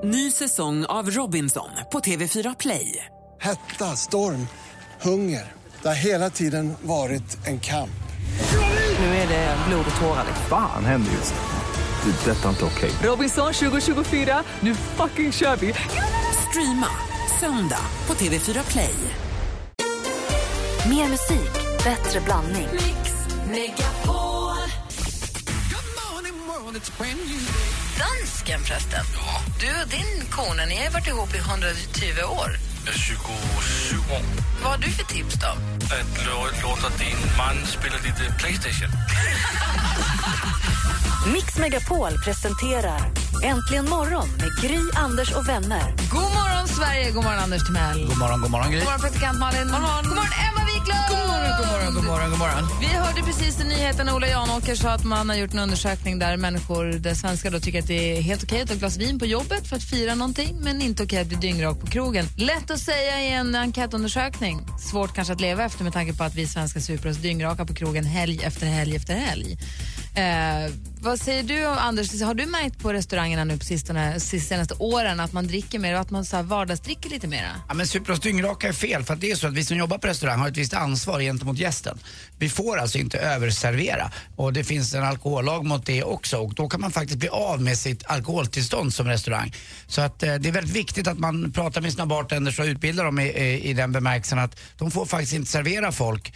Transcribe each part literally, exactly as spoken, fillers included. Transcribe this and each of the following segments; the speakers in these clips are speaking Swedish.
Ny säsong av Robinson på T V fyra Play. Hetta, storm, hunger. Det har hela tiden varit en kamp. Nu är det blod och tårar. Fan händer just det. Det är detta inte okej. Robinson tjugo tjugofyra, nu fucking kör vi. Streama söndag på T V fyra Play. Mer musik, bättre blandning. Mix Megapol. Dansken förresten. Ja. Du och din kone, ni har varit ihop i hundratjugo år. tjugosju år. Vad har du för tips då? Att lå- låta din man spela lite PlayStation. Mix Megapol presenterar Äntligen morgon med Gry, Anders och vänner. God morgon Sverige, god morgon Anders Timell. God morgon, god morgon Gry. God morgon praktikant Malin. God morgon, god morgon Emma Wiklund. God morgon, god morgon, god morgon, god morgon. Vi hörde precis i nyheten Ola Janåker sa att man har gjort en undersökning där människor, där svenskar då tycker att det är helt okej att ta ett glas vin på jobbet för att fira någonting, men inte okej att bli dyngrak på krogen. Lätt att säga i en enkätundersökning. Svårt kanske att leva efter med tanke på att vi svenskar super oss dyngraka på krogen helg efter helg efter helg. Eh, vad säger du Anders? Har du märkt på restaurangerna nu på sistone, senaste åren att man dricker mer och att man så här vardagsdricker lite mer? Ja, men super oss dyngraka är fel, för att det är så att vi som jobbar på restaurang har ett visst ansvar gentemot gästen. Vi får alltså inte överservera, och det finns en alkohollag mot det också, och då kan man faktiskt bli av med sitt alkoholtillstånd som restaurang. Så att eh, det är väldigt viktigt att man pratar med sina bartenders och utbildar dem i, i, i den bemärkelsen att de får faktiskt inte servera folk.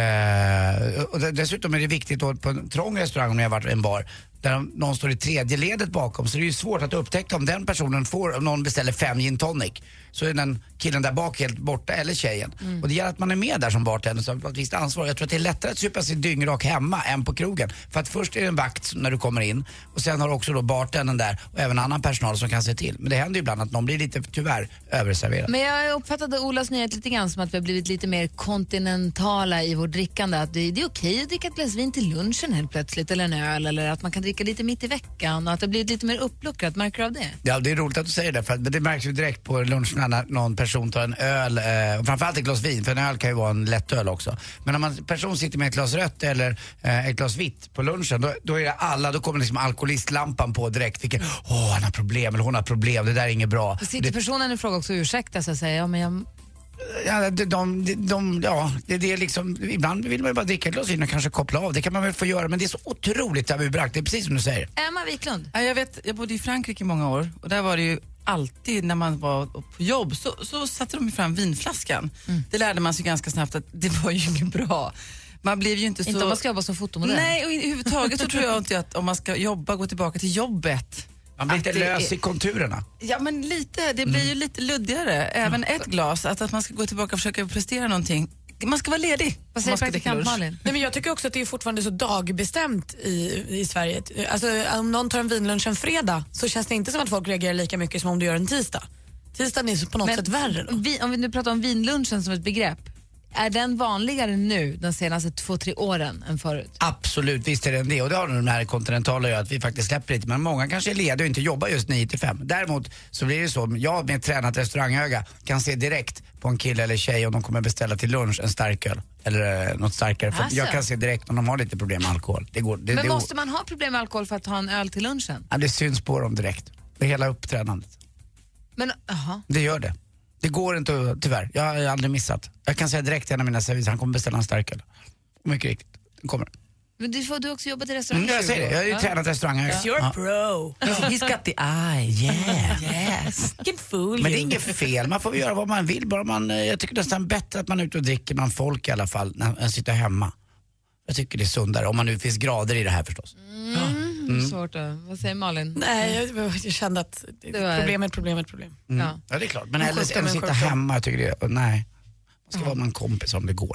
Eh, och dessutom är det viktigt då på en trång restaurang, om jag har varit en bar där någon står i tredje ledet bakom, så det är ju svårt att upptäcka om den personen får, om någon beställer fem gin tonic, så är den killen där bak helt borta, eller tjejen. Mm. Och det gör att man är med där som bartender, så har ett visst ansvar. Jag tror att det är lättare att supa sig dyngrak hemma än på krogen. För att först är det en vakt när du kommer in, och sen har du också då bartendern där och även annan personal som kan se till. Men det händer ju ibland att någon blir lite, tyvärr, överserverad. Men jag uppfattade Olas nyhet lite grann som att vi har blivit lite mer kontinentala i vårt drickande. Att det, det är okej att dricka ett glas vin till lunchen helt plötsligt, eller en öl, eller att man kan dricka lite mitt i veckan, och att det blir lite mer uppluckrat. Märker du av det? Ja, det är roligt att du säger det, för att det märks ju direkt på luncherna när någon person tar en öl, eh, och framförallt ett glas vin, för en öl kan ju vara en lätt öl också. Men om en person sitter med ett glas rött eller eh, ett glas vitt på lunchen, då, då är det alla, då kommer liksom alkoholistlampan på direkt. Vilken, åh, han har problem, eller hon har problem, det där är inget bra. Och sitter det, personen i fråga också ursäkta sig och säger, ja men jag... Ja, de, de, de, ja det, det är liksom, ibland vill man ju bara dricka ett glas vin och kanske koppla av. Det kan man väl få göra, men det är så otroligt tabubelagt. Det är precis som du säger. Emma Wiklund. Ja, jag vet, jag bodde i Frankrike i många år och där var det ju alltid när man var på jobb så, så satte de fram vinflaskan. Mm. Det lärde man sig ganska snabbt att det var ju inget bra. Man blev ju inte så... Inte om man ska jobba som fotomodell. Nej, och överhuvudtaget så tror jag inte att om man ska jobba, gå tillbaka till jobbet. Man blir lite lös är... i konturerna. Ja, men lite, det blir mm. ju lite luddigare. Även ett glas, att, att man ska gå tillbaka och försöka prestera någonting. Man ska vara ledig. Vad säger praktikant Malin? Nej, men jag tycker också att det är fortfarande så dagbestämt i, i Sverige. Alltså, om någon tar en vinlunch en fredag så känns det inte som att folk reagerar lika mycket som om du gör en tisdag. Tisdagen är på något men, sätt värre då. Vi, om vi nu pratar om vinlunchen som ett begrepp, är den vanligare nu de senaste två, tre åren än förut? Absolut, visst är den det. Och det har de här kontinentala gör att vi faktiskt släpper lite. Men många kanske är lediga och inte jobbar just nio till fem. Däremot så blir det så, jag med tränat restauranghöga kan se direkt på en kille eller tjej om de kommer beställa till lunch en stark öl. Eller eh, något starkare. För jag kan se direkt om de har lite problem med alkohol. Det går, det, men det, måste man ha problem med alkohol för att ta en öl till lunchen? Ja, det syns på dem direkt. Det hela uppträdandet. Men, aha. Det gör det. Det går inte, tyvärr. Jag har aldrig missat. Jag kan säga direkt till en av mina serviser, han kommer beställa en starköl. Mycket riktigt, den kommer. Men du får du också jobba till restaurang? Mm, jag säger det, jag har ju ja. tränat restauranger. You're a ja. pro. He's got the eye. Yeah, yes. Can fool men det är inget fel, man får göra vad man vill. Bara man, jag tycker nästan bättre att man är ute och dricker bland folk i alla fall, när man sitter hemma. Jag tycker det är sundare, om man nu finns grader i det här förstås. Mm. Ja. Mm. Svårt då. Vad säger Malin? Nej, jag, jag kände att det var... problemet, problemet, problem. Mm. Ja. ja, det är klart. Men eller än att sitta hemma, jag tycker det, nej. Man ska ja. vara med en kompis om det går.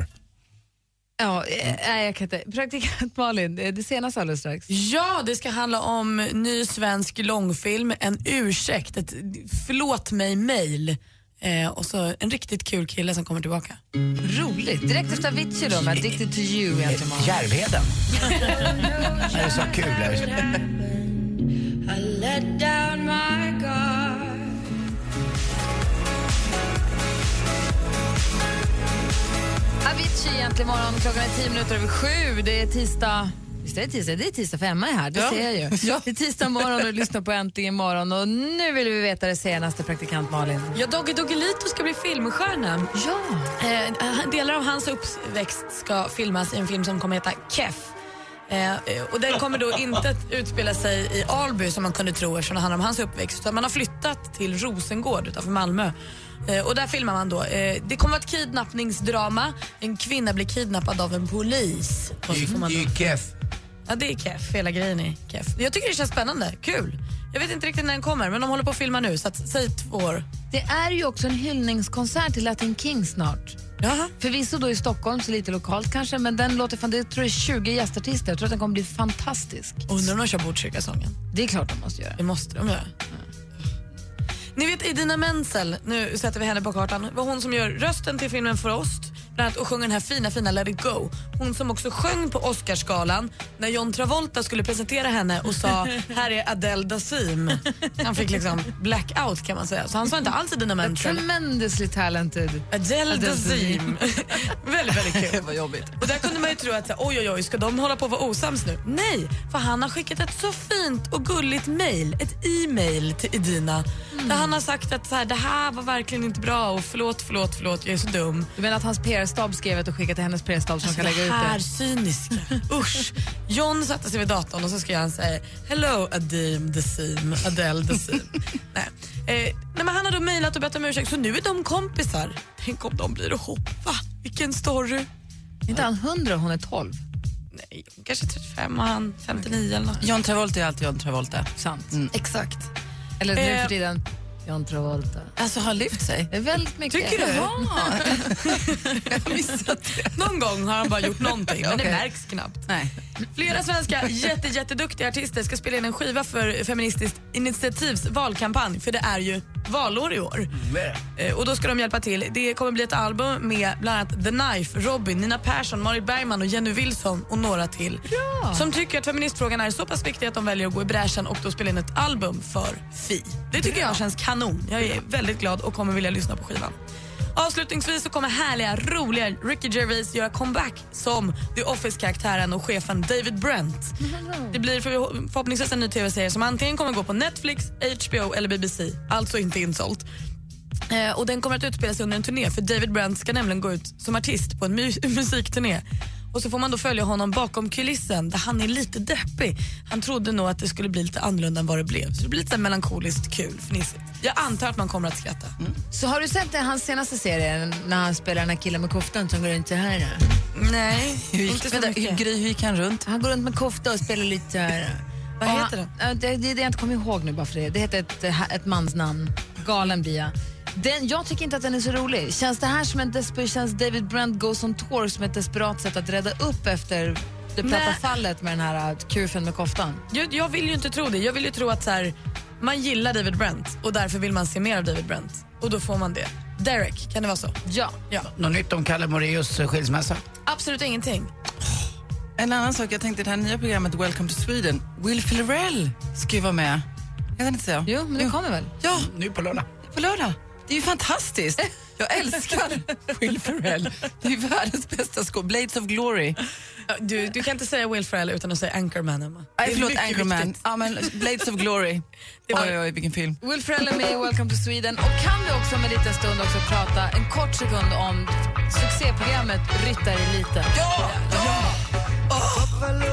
Ja, nej, jag kan inte. Praktikant Malin, det senaste alldeles strax. Ja, det ska handla om ny svensk långfilm, en ursäkt, ett förlåt mig-mail. Eh, och så en riktigt kul kille som kommer tillbaka. Roligt. Direkt efter Avicii då, med Addicted to you. Järvheden. Det är så kul. I let down my guard. Avicii egentligen morgon. Klockan är tio minuter över sju. Det är tisdag. tisdag, det är tisdag, det är tisdag för Emma är här, det ja. ser jag ju. Ja. Det är tisdag morgon och du lyssnar på Äntligen morgon och nu vill vi veta det senaste, praktikant Malin. Ja, Doggy Doggelito ska bli filmstjärna. Ja. Eh, delar av hans uppväxt ska filmas i en film som kommer heta Keff. Eh, och den kommer då inte att utspela sig i Alby som man kunde tro eftersom det handlar om hans uppväxt, utan man har flyttat till Rosengård utanför Malmö. Eh, och där filmar man då. Eh, det kommer att ett kidnappningsdrama. En kvinna blir kidnappad av en polis. Och så får man det är keff. Ja, det är keff. Hela grejen är keff. Jag tycker det känns spännande. Kul. Jag vet inte riktigt när den kommer, men de håller på att filma nu, så att, säg två år. Det är ju också en hyllningskonsert till Latin King snart. Jaha. Förvisso då i Stockholm, så lite lokalt kanske, men den låter fan, det tror jag är tjugo gästartister. Jag tror att den kommer bli fantastisk. Undrar om de kör Botkyrka-sången. Det är klart de måste göra. Det måste de göra. Ja. Ni vet Idina Menzel, nu sätter vi henne på kartan. Det var hon som gör rösten till filmen Frost, bland annat, och sjunger den här fina, fina Let It Go. Hon som också sjöng på Oscarsgalan när John Travolta skulle presentera henne och sa, här är Adele Dazeem. Han fick liksom blackout kan man säga. Så han sa inte alls Idina Menzel. Tremendously talented Adele, Adele Dazeem. väldigt, väldigt kul. Det var jobbigt. Och där kunde man ju tro att, oj oj oj, ska de hålla på att vara osams nu? Nej, för han har skickat ett så fint och gulligt mail, ett e-mail till Idina. Mm. Där han har sagt att så här, det här var verkligen inte bra och förlåt, förlåt, förlåt, jag är så dum. Du menar att hans P R-stab skrev det och skickade till hennes P R-stab som alltså, kan lägga ut det? Det här cyniska. Usch. John satte sig vid datorn och så ska han säga hello Adele Dazeem, Adele Dazeem. nej. Eh, nej, men han har då mejlat och bett om ursäkt, så nu är de kompisar. Tänk om de blir ihop, va? Vilken story. Inte han hundra, hon är tolv. Nej, kanske trettiofem och han femtionio eller något. John Travolta är alltid John Travolta. Sant. Mm. Exakt. Eller nu för tiden John Travolta. Alltså har lyft sig. Det är väldigt mycket. Tycker du? Jag har missat det. Någon gång har han bara gjort någonting, men okay. Det märks knappt. Nej. Flera svenska jätte, jätteduktiga artister ska spela in en skiva för Feministiskt initiativs valkampanj, för det är ju valår i år. Mm. Och då ska de hjälpa till. Det kommer bli ett album med bland annat The Knife, Robin, Nina Persson, Marit Bergman och Jenny Wilson och några till. Ja. Som tycker att feministfrågan är så pass viktig att de väljer att gå i bräschen och då spela in ett album för Fi. Det tycker jag känns kanon. Jag är väldigt glad och kommer vilja lyssna på skivan. Avslutningsvis så kommer härliga, roliga Ricky Gervais göra comeback som The Office-karaktären och chefen David Brent. Det blir för, förhoppningsvis en ny tv-serie som antingen kommer gå på Netflix, H B O eller B B C. Alltså inte insålt. Eh, och den kommer att utspela sig under en turné, för David Brent ska nämligen gå ut som artist på en mu- musikturné. Och så får man då följa honom bakom kulissen där han är lite deppig. Han trodde nog att det skulle bli lite annorlunda än vad det blev. Så det blir lite melankoliskt kul, fnissigt. Jag antar att man kommer att skratta. Mm. Så har du sett det, hans senaste serie när han spelar den här killen med koftan som går runt så här? Nej, inte så mycket. Gry, hur gick han runt? Han går runt med kofta och spelar lite så här. Vad heter det? Det är det jag inte kommer ihåg nu bara för det. Det heter ett, ett mansnamn. Galen blir jag. Den, jag tycker inte att den är så rolig. Känns det här som en desper- känns David Brent Goes on Tour som ett desperat sätt att rädda upp efter det platta Nej. fallet med den här kurfen med koftan? Jag, jag vill ju inte tro det. Jag vill ju tro att så här, man gillar David Brent och därför vill man se mer av David Brent. Och då får man det. Derek, kan det vara så? Ja. ja. Något nytt om Kalle Moraeus skilsmässa? Absolut ingenting. En annan sak, jag tänkte det här nya programmet Welcome to Sweden. Will Ferrell ska ju vara med. Jag vet inte säga. Jo, men det jo. kommer väl? Ja. Nu på lördag. På lördag. Det är ju fantastiskt. Jag älskar Will Ferrell. Det är ju världens bästa skål. Blades of Glory. Du, du kan inte säga Will Ferrell utan att säga Anchorman, Emma. Nej, förlåt, Anchorman. Ja, men Blades of Glory. Var... Oj, oj, vilken film. Will Ferrell är med i Welcome to Sweden. Och kan vi också med lite stund också prata en kort sekund om succéprogrammet Ryttareliten. Ja! Ja! Oh!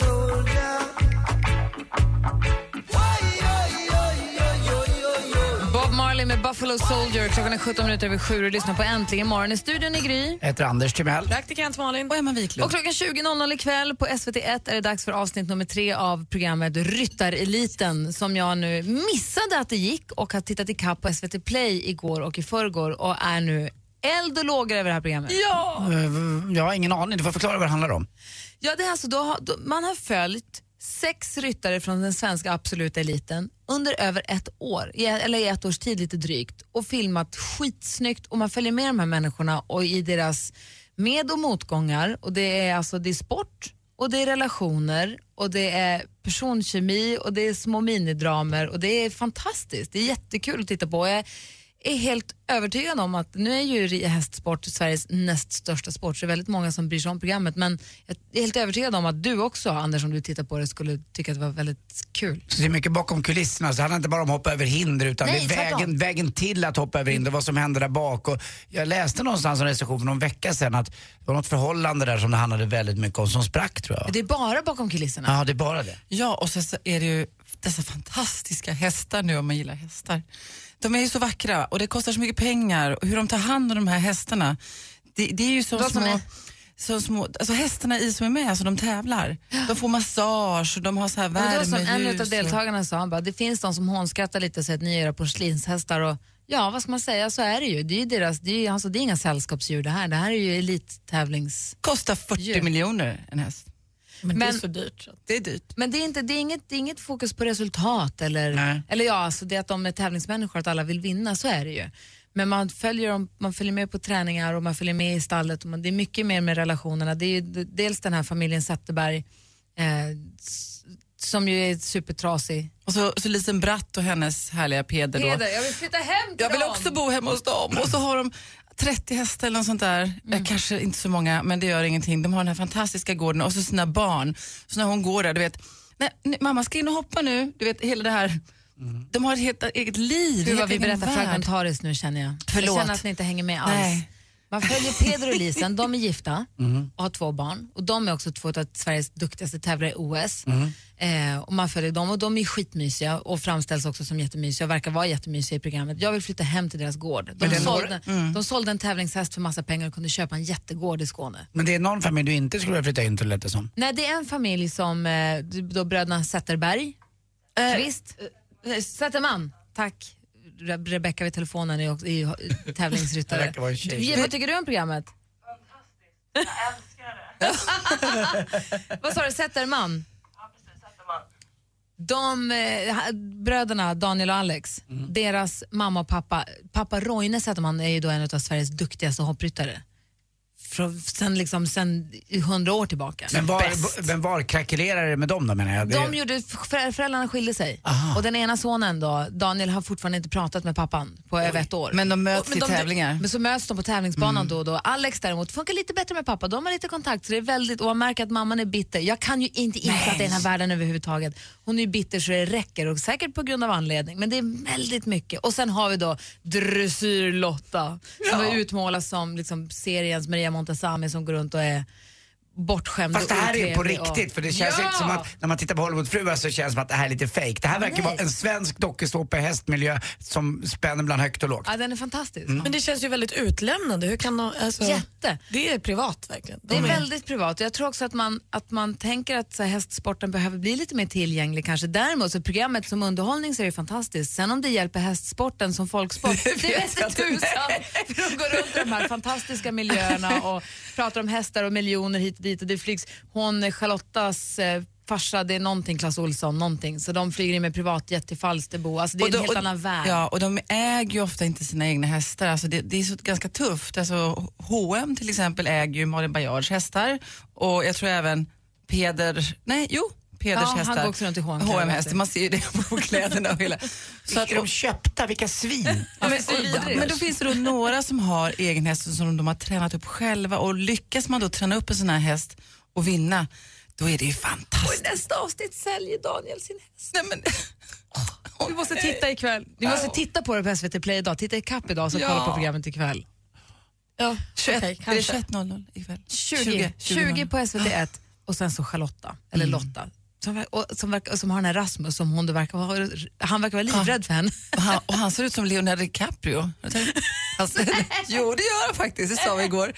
Marley med Buffalo Soldier. Klockan är sjutton minuter över sju och lyssnar på Äntligen morgon. I studion i Gry. Jag heter Anders Timell. Praktikant Malin. Och Emma Wiklund. Och klockan tjugo noll noll ikväll på S V T ett är det dags för avsnitt nummer tre av programmet Ryttareliten, som jag nu missade att det gick och har tittat i kapp på S V T Play igår och i förrgår och är nu eld och lågor över det här programmet. Ja! Jag har ingen aning. Du får förklara vad det handlar om. Ja, det är alltså då, har, då man har följt sex ryttare från den svenska absoluta eliten under över ett år, eller i ett års tid lite drygt, och filmat skitsnyggt, och man följer med de här människorna och i deras med- och motgångar, och det är alltså det är sport och det är relationer och det är personkemi och det är små minidramer och det är fantastiskt, det är jättekul att titta på. Jag, är helt övertygad om att nu är ju hästsport Sveriges näst största sport, så det är väldigt många som bryr sig om programmet, men jag är helt övertygad om att du också, Anders, om du tittar på det, skulle tycka att det var väldigt kul. Så det är mycket bakom kulisserna, så det handlar inte bara om att hoppa över hinder, utan Nej, det är vägen, vägen till att hoppa över hinder, vad som händer där bak. Och jag läste någonstans en recension för någon vecka sedan att det var något förhållande där som det handlade väldigt mycket om som sprack, tror jag. Det är bara bakom kulisserna. Ja, det är bara det. Ja, och så är det ju dessa fantastiska hästar nu, om man gillar hästar. De är ju så vackra och det kostar så mycket pengar, och hur de tar hand om de här hästarna, det, det är ju så Vad som små, är- så små, alltså hästarna i som är med, alltså de tävlar. De får massage och de har så här Men det var som värmehus. en av deltagarna sa, han bara, det finns de som hånskrattar lite och säger att ni är era porslinshästar, och ja, vad ska man säga, så är det ju. Det är ju deras, det är, ju- alltså, det är inga sällskapsdjur det här. Det här är ju elittävlings... Kostar fyrtio miljoner en häst. Men, det är Men- så dyrt. Så. Det är dyrt. Men det är, inte, det, är inget, det är inget fokus på resultat eller, Nej. eller ja, alltså det att de är tävlingsmänniskor, att alla vill vinna, så är det ju. Men man följer, dem, man följer med på träningar och man följer med i stallet. Och man, det är mycket mer med relationerna. Det är ju d- dels den här familjen Zetterberg eh, s- som ju är supertrasig. Och så, så Lisen Bratt och hennes härliga Peder då. Peder, jag vill flytta hem till Jag vill dem. också bo hemma hos dem. Och så har de trettio hästar eller något sånt där. Mm. Kanske inte så många, men det gör ingenting. De har den här fantastiska gården och så sina barn. Så när hon går där, du vet, nej, nej, mamma ska in och hoppa nu. Du vet, hela det här. Mm. De har ett helt eget liv. Gud vad helt vi egen berättar värld. fragmentariskt nu, känner jag. Förlåt. Jag känner att ni inte hänger med alls. Nej. Man följer Peder och Lisen, de är gifta och har två barn. Och de är också två av Sveriges duktigaste tävlare i O S. Eh, och man följer dem och de är skitmysiga och framställs också som jättemysiga och verkar vara jättemysiga i programmet. Jag vill flytta hem till deras gård. De, det är sålde, de sålde en tävlingshäst för massa pengar och kunde köpa en jättegård i Skåne. Men det är någon familj du inte skulle vilja flytta in till, lät det som. Nej, det är en familj som eh, då bröderna Zetterberg, Eh, Kvist, eh, Zetterman, tack. Re- Rebecka vid telefonen är också, är ju tävlingsryttare. Det verkar vara en tjej. Du, vad tycker du om programmet? Vad sa du, Zetterman? Ja, precis, Zetterman. De eh, bröderna Daniel och Alex, deras mamma och pappa, pappa Roine Zetterman är ju då en av Sveriges duktigaste hoppryttare. Från, sen liksom sen hundra år tillbaka. Men var, Bäst. men var krackelerar det med dem då, menar jag? Det, De gjorde, för, föräldrarna skilde sig. Aha. Och den ena sonen då, Daniel, har fortfarande inte pratat med pappan på över ett år. Men de möts Men i de- tävlingar. Men så möts de på tävlingsbanan då och då. Alex däremot funkar lite bättre med pappa. De har lite kontakt, så det är väldigt, och man märker att mamman är bitter. Jag kan ju inte inse att det är den här världen överhuvudtaget. Hon är ju bitter så det räcker, och säkert på grund av anledning. Men det är väldigt mycket. Och sen har vi då Dressyr-Lotta som ja. utmålas som liksom seriens Maria Montazami som går runt och är bortskämd. Fast det här är på otrevlig och- riktigt, för det känns Ja! inte som att när man tittar på Hollywoodfruar så känns det som att det här är lite fake. Det här verkar Nej. vara en svensk dokusåpa i hästmiljö som spänner bland högt och lågt. Ja, den är fantastisk. Men det känns ju väldigt utlämnande. Hur kan de, alltså, Jätte. Det är privat verkligen. De Det är väldigt privat. Jag tror också att man, att man tänker att så här, hästsporten behöver bli lite mer tillgänglig kanske. Däremot så programmet som underhållning så är det fantastiskt. Sen om det hjälper hästsporten som folksport, det vet jag tusan. För de går runt i de här fantastiska miljöerna och pratar om hästar och miljoner hit och dit. Och det flygs, hon Charlottas eh, farsa, det är någonting, Claes Olsson, någonting. Så de flyger in med privatjet till Falsterbo. Alltså det är Och då- en helt och- annan värld. Ja, och de äger ju ofta inte sina egna hästar. Alltså det, det är så ganska tufft. Alltså H och M till exempel äger ju Malin Baryards hästar. Och jag tror även Peder, nej jo, Peders Ja, han hästar. går också runt i H och M. H och M-hästar, man ser ju det på kläderna och hela. Så att, Vilka de köpta, vilka svin. Ja, men, så vidrigt. men då finns det då några som har egen häst som de har tränat upp själva, och lyckas man då träna upp en sån här häst och vinna, då är det ju fantastiskt. Och i nästa avsnitt säljer Daniel sin häst. Nej, men, Vi måste titta ikväll. Vi måste titta på det på S V T Play idag. Titta ikapp idag så Ja. kolla på programmet ikväll. Ja, tjugoett, okej, är det kanske. tjugoett noll noll ikväll? tjugo, tjugo på S V T ett och sen så Charlotta, eller Lotta. Som, ver- och, som, verkar, som har den här Rasmus, som hon då verkar ha, han verkar vara livrädd för henne. Och han, och han ser ut som Leonardo DiCaprio. Han ser, jo, det gör han faktiskt, det sa vi igår.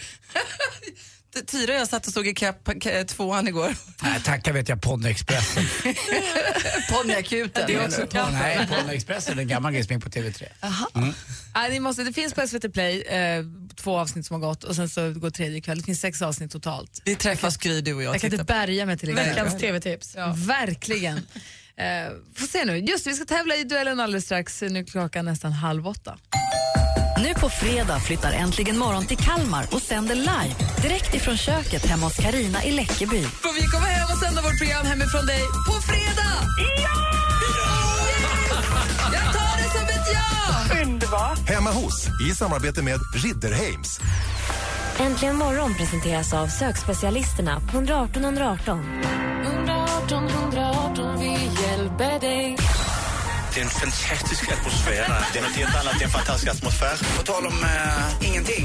Tyra och jag satt och såg i kapp k- tvåan igår. Nej, tackar vet jag Ponyexpressen. Ponnyakuten. Det är också toppen. Nej, Ponyexpressen är en gammal grej som är på T V tre. Mm. Nej, ni måste, det finns på S V T Play eh, två avsnitt som har gått och sen så går tredje kväll. Det finns sex avsnitt totalt. Vi träffas Gry, du och jag. Jag kan tittar inte på. bärga mig till exempel. Veckans tv-tips. Ja, verkligen. Eh, får se nu. Just det, vi ska tävla i duellen alldeles strax. Nu är klockan nästan halv åtta. Nu på fredag flyttar Äntligen morgon till Kalmar och sänder live direkt ifrån köket hemma hos Karina i Läckeby. Får vi komma hem och sända vårt program hemifrån dig på fredag? Ja! Yes! Jag tar det som ett ja! Privat. Hemma hos, i samarbete med Ridderheims. Äntligen morgon presenteras av sökspecialisterna på ett ett ett ett ett. ett ett ett ett ett, vi hjälper dig. Det är en fantastisk atmosfär. Det är något helt annat, det är en fantastisk atmosfär. På tal om äh, ingenting.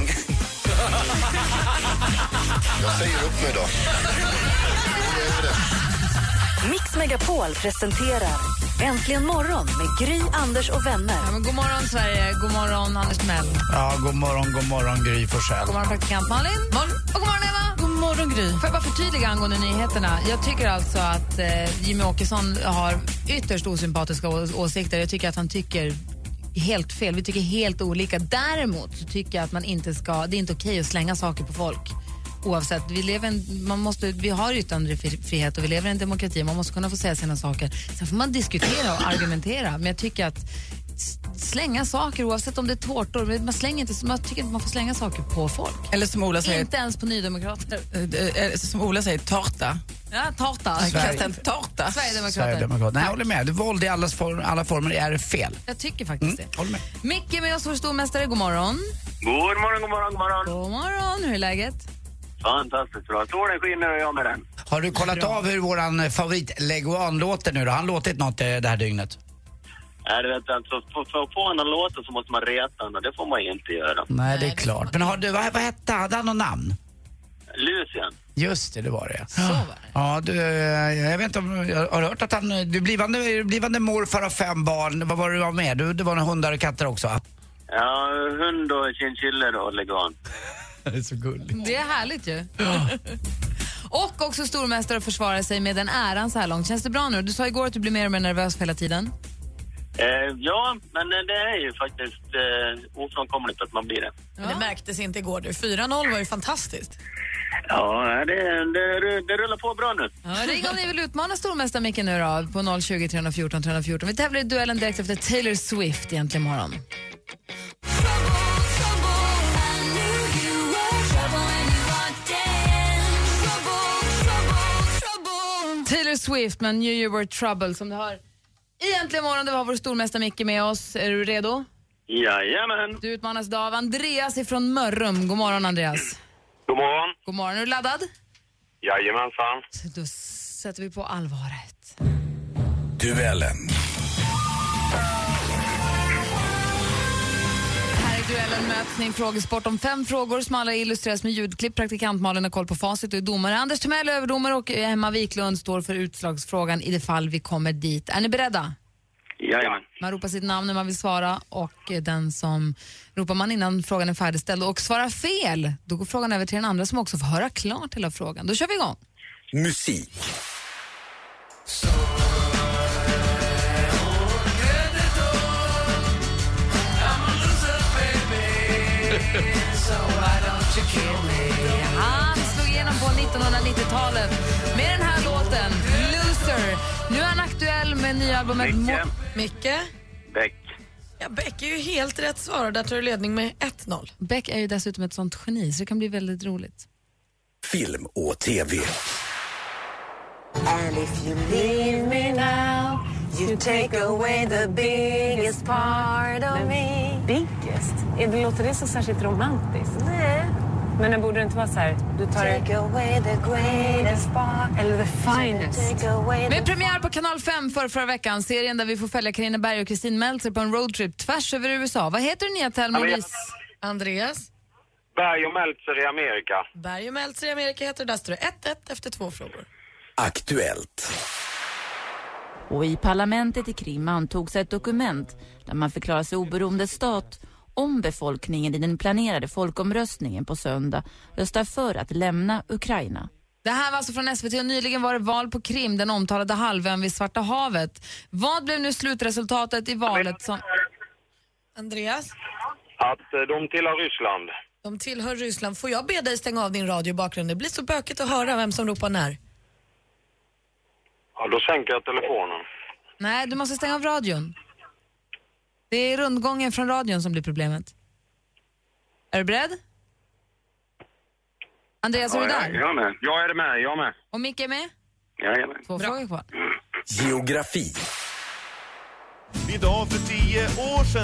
Jag säger upp mig då. Jag gör det. Mix Megapol presenterar Äntligen morgon med Gry, Anders och vänner. Ja, men god morgon Sverige, god morgon Anders Timell. Ja, god morgon, god morgon Gry Forssell. God morgon praktikant Malin. Morgon. Och god morgon Eva. God morgon Gry. Får jag bara förtydliga angående nyheterna. Jag tycker alltså att eh, Jimmy Åkesson har ytterst osympatiska å- åsikter. Jag tycker att han tycker helt fel. Vi tycker helt olika. Däremot så tycker jag att man inte ska, det är inte okej att slänga saker på folk. Oavsett, vi, lever en, man måste, vi har yttrandefrihet och vi lever i en demokrati. Man måste kunna få säga sina saker. Sen får man diskutera och argumentera. Men jag tycker att slänga saker, oavsett om det är tårtor, man slänger inte, man tycker att man får slänga saker på folk. Eller som Ola säger, inte ens på nydemokrater. Äh, som Ola säger, torta. Ja, torta. Kasta en torta. Sverigedemokrater. Sverigedemokrater. Nej, jag håller med. Våld i alla, form, alla former är fel. Jag tycker faktiskt Mm, det. håller med. Micke med oss, vår stormästare. God morgon. God morgon, god morgon, god morgon. God morgon. Hur är läget? Fantastiskt bra. Solen skiner och jag med den. Har du kollat bra. av hur våran favorit Leguan låter nu då? Han låtit något eh, det här dygnet? Nej, det vet jag inte. För, för att få en låt så måste man reta den och det får man inte göra. Nej, det är klart. Men har du, vad, vad hette han? Hade han något namn? Lucian. Just det, det var det. Så var det. Ja, du, jag vet inte om jag har hört att han, du blivande, blivande morfar av fem barn. Vad var det du var med? Du, det var några hundar och katter också, va? Ja, hund och chinchiller och leguan. Det är så gulligt. Det är härligt ju. Ja. Och också stormästare att försvara sig med den äran så här långt. Känns det bra nu? Du sa igår att du blir mer och mer nervös hela tiden. Eh, ja, men det är ju faktiskt eh, ofrånkomligt att man blir det. Men det märktes inte igår. Du. fyra noll var ju fantastiskt. Ja, det, det, det rullar på bra nu. Ja, ring om ni vill utmana stormästare Micke nu då på noll tjugo, tre fjorton, tre fjorton. Vi tävlar i duellen direkt efter Taylor Swift egentligen imorgon. Taylor Swift med New You Were Trouble som det har. Egentligen morgon, det var vår stormästare Micke med oss. Är du redo? Jajamän. Du utmanas idag av Andreas ifrån Mörrum. God morgon Andreas. God morgon. God morgon, är du laddad? Jajamensan. Då sätter vi på allvaret. Duellen. Här i duellen möts ni i en frågesport om fem frågor som alla illustreras med ljudklipp. Praktikant Malin har koll på facit och är domare. Anders Timell är överdomare och Emma Wiklund står för utslagsfrågan i det fall vi kommer dit. Är ni beredda? Jajamän. Man ropar sitt namn när man vill svara och den som ropar man innan frågan är färdigställd och svarar fel, då går frågan över till den andra som också får höra klart hela frågan. Då kör vi igång. Musik. Han slog igenom på nittonhundranittiotalet med den här låten, Loser. Nu är han aktuell med nya albumet Micke. Mo- Micke? Beck. Ja, Beck är ju helt rätt svar och där tar du ledning med ett noll. Beck är ju dessutom ett sånt geni så det kan bli väldigt roligt. Film och tv. And if you leave me now, you take away the biggest part of me. Biggest? Det låter det så särskilt romantiskt? Nej. Men det borde inte vara så här, du tar Take away the greatest part. eller the finest. Take away Med the premiär på Kanal fem för förra veckan, serien där vi får följa Carina Berg och Kristin Meltzer på en roadtrip tvärs över U S A. Vad heter den nya Telma? Andreas? Berg och Meltzer i Amerika. Berg och Meltzer i Amerika heter det. Där står det ett ett efter två frågor. Aktuellt. Och i parlamentet i Krim antogs ett dokument där man förklarar sig oberoende stat om befolkningen i den planerade folkomröstningen på söndag röstar för att lämna Ukraina. Det här var alltså från S V T och nyligen var det val på Krim, den omtalade halvön vid Svarta havet. Vad blev nu slutresultatet i valet som... Andreas? Att de tillhör Ryssland. De tillhör Ryssland. Får jag be dig stänga av din radio i bakgrunden? Det blir så bökigt att höra vem som ropar när. Ja, då sänker jag telefonen. Nej, du måste stänga av radion. Det är rundgången från radion som blir problemet. Är du beredd? Andreas, är du där? Jag är med. Jag är med, jag med. Och Micke är med? Jajamän. Två frågor kvar. Geografi. Idag för tio år sedan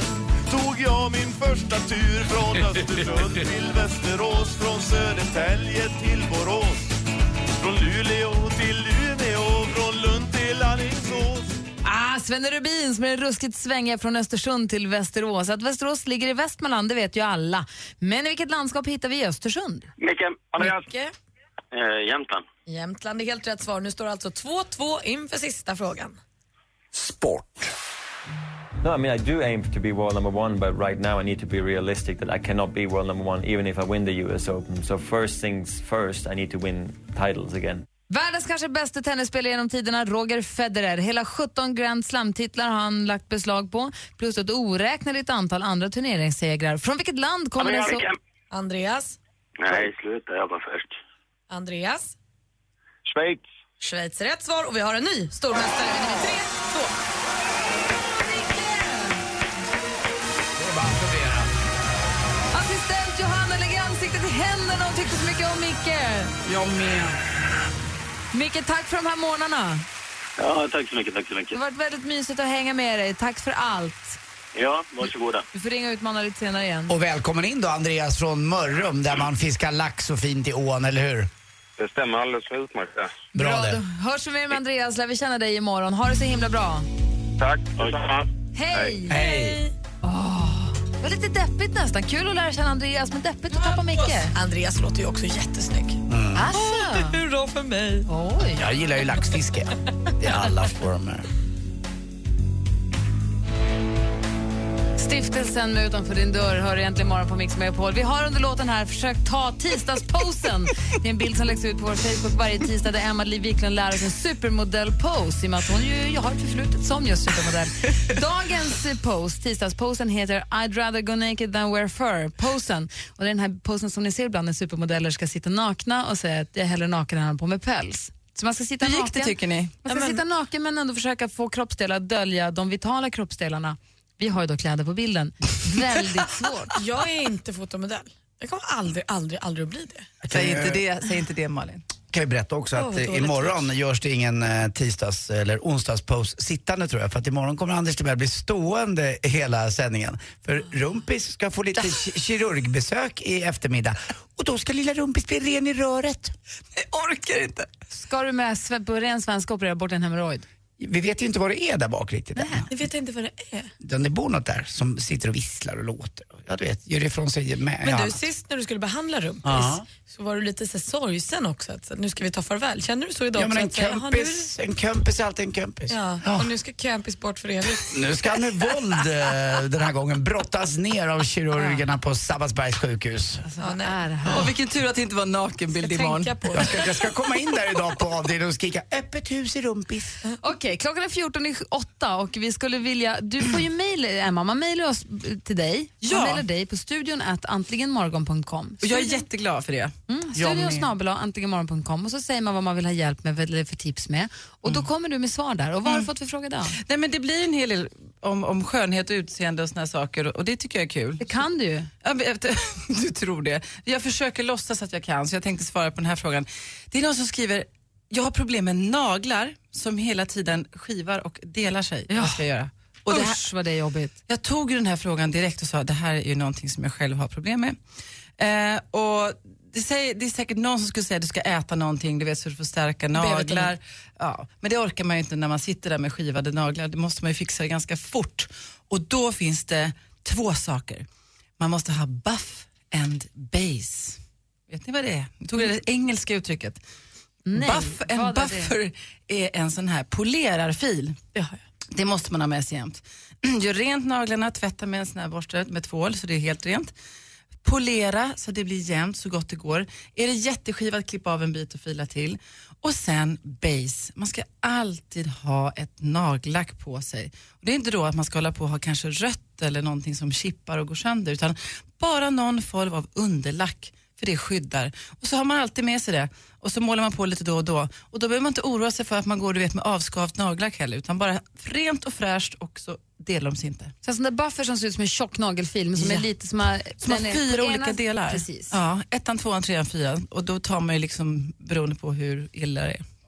tog jag min första tur från Östersund till Västerås, från Södertälje till Borås, från Luleå till Umeå, från Lund till Alingsås. Ah, Svenne Rubin som är ruskigt svänga från Östersund till Västerås. Att Västerås ligger i Västmanland, det vet ju alla. Men i vilket landskap hittar vi i Östersund? Micke, Andreas. Micke. Eh, Jämtland. Jämtland är helt rätt svar. Nu står det alltså två två inför sista frågan. Sport. No, I mean, I do aim to be world number one, but right now I need to be realistic that I cannot be world number one even if I win the U S Open. So first things first, I need to win titles again. Världens kanske bästa tennisspelare genom tiderna, Roger Federer. Hela sjutton Grand Slam-titlar har han lagt beslag på, plus ett oräkneligt antal andra turneringssegrar. Från vilket land kommer den så... Andreas? Nej, sluta, jag var först. Andreas? Schweiz. Schweiz är rätt svar och vi har en ny stormästare. Vi är tre, två. Assistent Johanna lägger ansiktet i händerna och tyckte så mycket om Micke. Jag med. Micke, tack för de här månaderna. Ja, tack så mycket, tack så mycket. Det har varit väldigt mysigt att hänga med dig. Tack för allt. Ja, varsågoda. Du får ringa och utmana lite senare igen. Och välkommen in då, Andreas från Mörrum, där man fiskar lax så fint i ån, eller hur? Det stämmer alldeles utmärkt. Bra, bra det. Då hörs vi med Andreas, lär vi känna dig imorgon. Ha det så himla bra. Tack, detsamma. Hej! Hej! Oh, det var lite deppigt nästan. Kul att lära känna Andreas, men deppigt att tappa Micke. Andreas låter ju också jättesnygg. Mm. Alltså. Oh, det är bra för mig. Oj. Jag gillar ju laxfiske i alla former. Stiftelsen med utanför din dörr hör egentligen morgon på Mix Megapol. Vi har under låten här försökt ta tisdagsposen. Det är en bild som läggs ut på vår Facebook varje tisdag där Emma Liv Wiklund lär oss en supermodell-pose i och med att hon ju jag har ett förflutet som just supermodell. Dagens pose, tisdagsposen, heter I'd rather go naked than wear fur-posen. Och det är den här posen som ni ser ibland när supermodeller ska sitta nakna och säga att jag är hellre naken än på med päls. Så man ska sitta Hur gick naken. det, tycker ni? Man ska Ja, men... sitta naken men ändå försöka få kroppsdelar att dölja de vitala kroppsdelarna. Vi har ju då kläder på bilden. Väldigt svårt. Jag är inte fotomodell. Jag kommer aldrig, aldrig, aldrig att bli det. Säg inte det, säg inte det Malin. Kan vi berätta också att oh, imorgon görs det ingen eh, tisdags- eller onsdagspose sittande, tror jag. För att imorgon kommer Anders Timell bli stående hela sändningen. För Rumpis ska få lite ki- kirurgbesök i eftermiddag. Och då ska lilla Rumpis bli ren i röret. Jag orkar inte. Ska du med sve- på ren svenska operera bort en hemorrojd? Vi vet ju inte vad det är där bak riktigt. Nej, vi vet inte vad det är. Den det bor något där som sitter och visslar och låter. Ja, du vet, gör det ifrån sig med. Men ja. du, sist när du skulle behandla Rumpis Ja. så var du lite så sorgsen också. Att, så, nu ska vi ta farväl. Känner du så idag Ja, men en också? Att, kompis, jaha, en kompis är alltid en kompis. Ja, Ja. och nu ska Campis bort för evigt. Nu ska han med våld eh, den här gången brottas ner av kirurgerna på Sabbatsbergs sjukhus. Alltså, Ja, nej. är det här? Och vilken tur att det inte var nakenbild Jag imorgon. tänka på Jag ska, jag ska komma in där idag på avdelningen och skrika öppet hus i Rumpis. Okej, klockan är fjorton i åtta och vi skulle vilja... Du får ju mejl, Emma. Man mejlar oss till dig. Ja. Man mejlar dig på studion at antligenmorgon punkt com. Och jag är jätteglad för det. Mm, studion snabel a antligenmorgon punkt com och så säger man vad man vill ha hjälp med eller för tips med. Och då kommer du med svar där. Och vad har du fått för fråga då? Nej, men det blir en hel del om, om skönhet och utseende och såna här saker och, och det tycker jag är kul. Det kan du ju. Ja, men, du tror det. Jag försöker låtsas att jag kan, så jag tänkte svara på den här frågan. Det är någon som skriver, jag har problem med naglar som hela tiden skivar och delar sig. Ja. Vad ska jag göra? Och det här, Usch vad det är jobbigt. jag tog ju den här frågan direkt och sa, det här är ju någonting som jag själv har problem med. Eh, och det, säger, det är säkert någon som skulle säga att du ska äta någonting, du vet, så du får stärka naglar. Ja, men det orkar man ju inte när man sitter där med skivade naglar. Det måste man ju fixa ganska fort. Och då finns det två saker. Man måste ha buff and base. Vet ni vad det är? Jag tog det engelska uttrycket. Nej, Buff and vad är det? buffer är en sån här polerarfil. Ja, Det måste man ha med sig jämt. Gör rent naglarna, tvätta med en sån här borste med tvål så det är helt rent. Polera så det blir jämnt så gott det går. Är det jätteskivat, klippa av en bit och fila till. Och sen base. Man ska alltid ha ett nagellack på sig. Och det är inte då att man ska hålla på och ha kanske rött eller någonting som chippar och går sönder, utan bara någon form av underlack. För det skyddar. Och så har man alltid med sig det. Och så målar man på lite då och då. Och då behöver man inte oroa sig för att man går, du vet, med avskavt nagellack heller. Utan bara rent och fräscht, och så delar de sig inte. Så en sån där buffer som ser ut som en tjock nagelfilm som Ja. är lite som har, Som har den är fyra på olika ena- delar. Precis. Ja, ettan, tvåan, trean, fyran. Och då tar man ju liksom beroende på hur illa det är.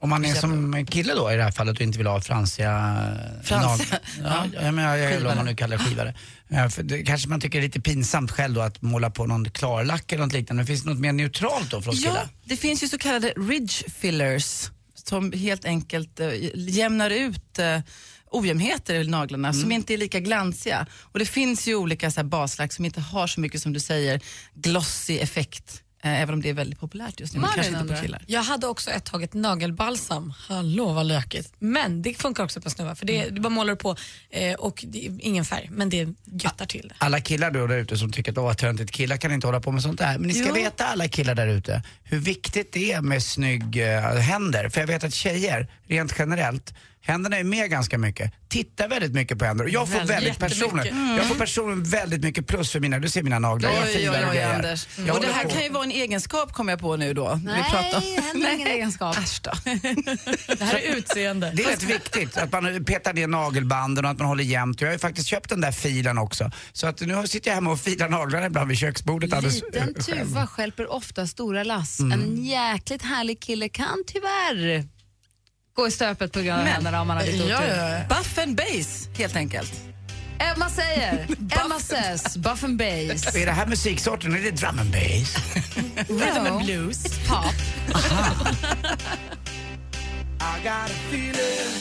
Om man är som kille då i det här fallet och inte vill ha fransiga... Fransiga? Ja, jag menar, jag eller om man nu kallar det skivare. För det, kanske man tycker det är lite pinsamt själv då att måla på någon klarlack eller något liknande. Men finns det något mer neutralt då för oss killar? Ja, det finns ju så kallade ridge fillers som helt enkelt äh, jämnar ut äh, ojämnheter i naglarna mm. som inte är lika glansiga. Och det finns ju olika så här, baslack som inte har så mycket som du säger glossy effekt. Även om det är väldigt populärt just nu. Men kanske inte på killar. Jag hade också ett tag ett nagelbalsam. Hallå vad lökigt. Men det funkar också på snubbar. För det, du bara målar på eh, och det är ingen färg. Men det göttar till det. Alla killar då där ute som tycker att åh, töntigt, killar kan inte hålla på med sånt där. Men ni ska jo. veta alla killar där ute hur viktigt det är med snygg uh, händer. För jag vet att tjejer rent generellt händerna är med ganska mycket. Tittar väldigt mycket på händer. Och jag får väldigt, väldigt personligen mm. Jag får personligen väldigt mycket plus för mina. Du ser mina naglar. Oj, jag oj, oj, oj, Anders. Jag och det här på. kan ju vara en egenskap, kommer jag på nu då. Nej, vi pratar om. det är ingen egenskap. Äsch då. Det här är utseende. Det är rätt viktigt att man petar ner nagelbanden och att man håller jämnt. Jag har ju faktiskt köpt den där filen också. Så att nu sitter jag hemma och filar naglarna ibland vid köksbordet. Liten tuva stjälper ofta stora lass. Mm. En jäkligt härlig kille kan tyvärr gå i stöpet på grund av händerna om man har lite otur. Ja, ja, ja. Buff and base, helt enkelt. Emma säger, Emma says, buff and bass. Är det här musiksorten? Är det drum and bass? Rhythm and blues. Pop. Aha. I got a feeling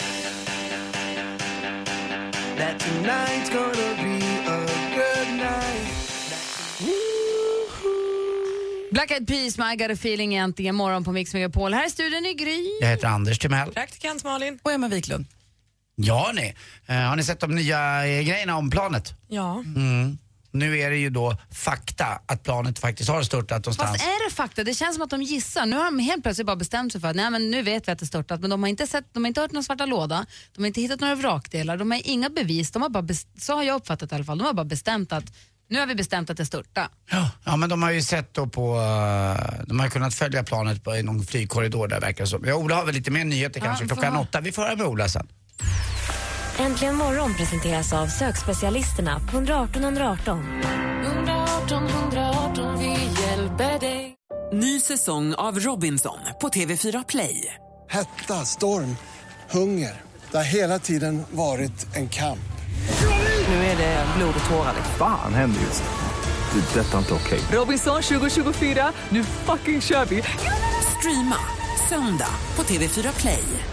that tonight's gonna be a good night. Black Eyed Peas med I Got a Feeling egentligen morgon på Mix Megapol. Här är studion i Gry. Jag heter Anders Timell. Praktikant Malin. Och Emma Wiklund. Ja, ni. Uh, har ni sett de nya uh, grejerna om planet? Ja. Mm. Nu är det ju då fakta att planet faktiskt har störtat någonstans. Fast är det fakta? Det känns som att de gissar. Nu har de helt plötsligt bara bestämt sig för att nej, men nu vet vi att det störtat. Men de har inte sett, de har inte hört någon svarta låda. De har inte hittat några vrakdelar. De har inga bevis. De har bara best- så har jag uppfattat i alla fall. De har bara bestämt att nu har vi bestämt att det störtar. Ja, ja, men de har ju sett då på, uh, de har kunnat följa planet på, i någon flygkorridor där verkar det som. Ja, Ola har väl lite mer nyheter ja, kanske klockan ha. åtta. Vi får höra med Ola sen. Äntligen morgon presenteras av sökspecialisterna på ett ett åtta ett ett åtta. ett åtta ett ett åtta, vi hjälper dig. Ny säsong av Robinson på T V fyra Play. Hetta, storm, hunger. Det har hela tiden varit en kamp. Nu är det blod och tårar. Fan händer just det. Det är detta inte okej. Robinson tjugo tjugofyra, nu fucking kör vi. Streama söndag på T V fyra Play.